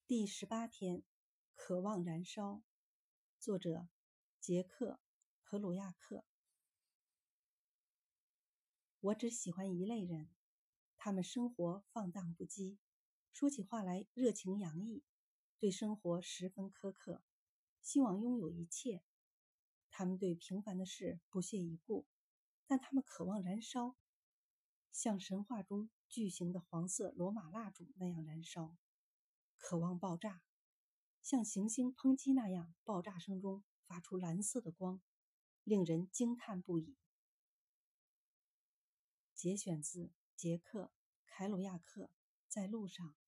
第18天，渴望燃烧。作者杰克·普鲁亚克。我只喜欢一类人，他们生活放荡不羁，说起话来热情洋溢，对生活十分苛刻，希望拥有一切。他们对平凡的事不屑一顾，但他们渴望燃烧，像神话中巨型的黄色罗马蜡烛那样燃烧，渴望爆炸，像行星抨击那样，爆炸声中发出蓝色的光，令人惊叹不已。节选自杰克·凯鲁亚克《在路上》。